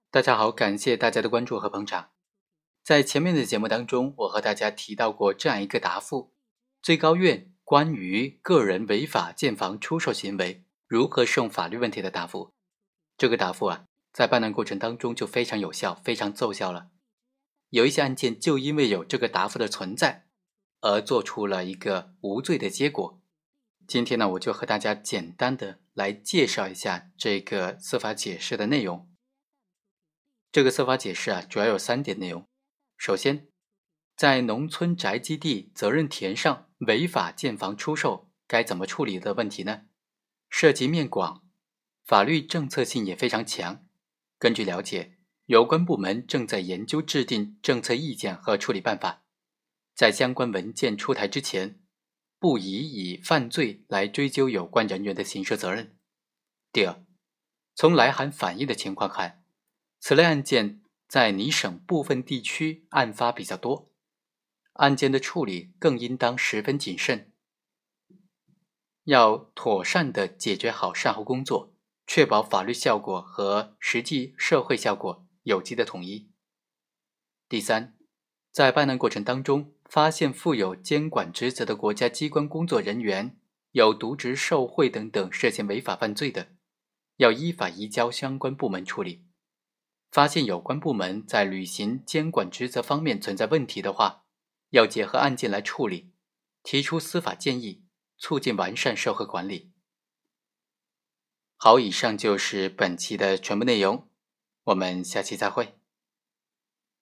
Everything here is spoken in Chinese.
大家好，感谢大家的关注和捧场。在前面的节目当中，我和大家提到过这样一个答复：最高院关于个人违法建房出售行为如何适用法律问题的答复。这个答复在办案过程当中就非常有效，非常奏效了。有一些案件就因为有这个答复的存在，而做出了一个无罪的结果。今天呢，我就和大家简单的来介绍一下这个司法解释的内容。这个司法解释主要有3点内容。首先，在农村宅基地责任田上违法建房出售该怎么处理的问题呢？涉及面广，法律政策性也非常强。根据了解，有关部门正在研究制定政策意见和处理办法。在相关文件出台之前，不宜以犯罪来追究有关人员的刑事责任。第二，从来函反映的情况看，此类案件在你省部分地区案发比较多，案件的处理更应当十分谨慎，要妥善地解决好善后工作，确保法律效果和实际社会效果有机的统一。第三，在办案过程当中，发现负有监管职责的国家机关工作人员有渎职受贿等等涉嫌违法犯罪的，要依法移交相关部门处理。发现有关部门在履行监管职责方面存在问题的话，要结合案件来处理，提出司法建议，促进完善社会管理。好，以上就是本期的全部内容，我们下期再会。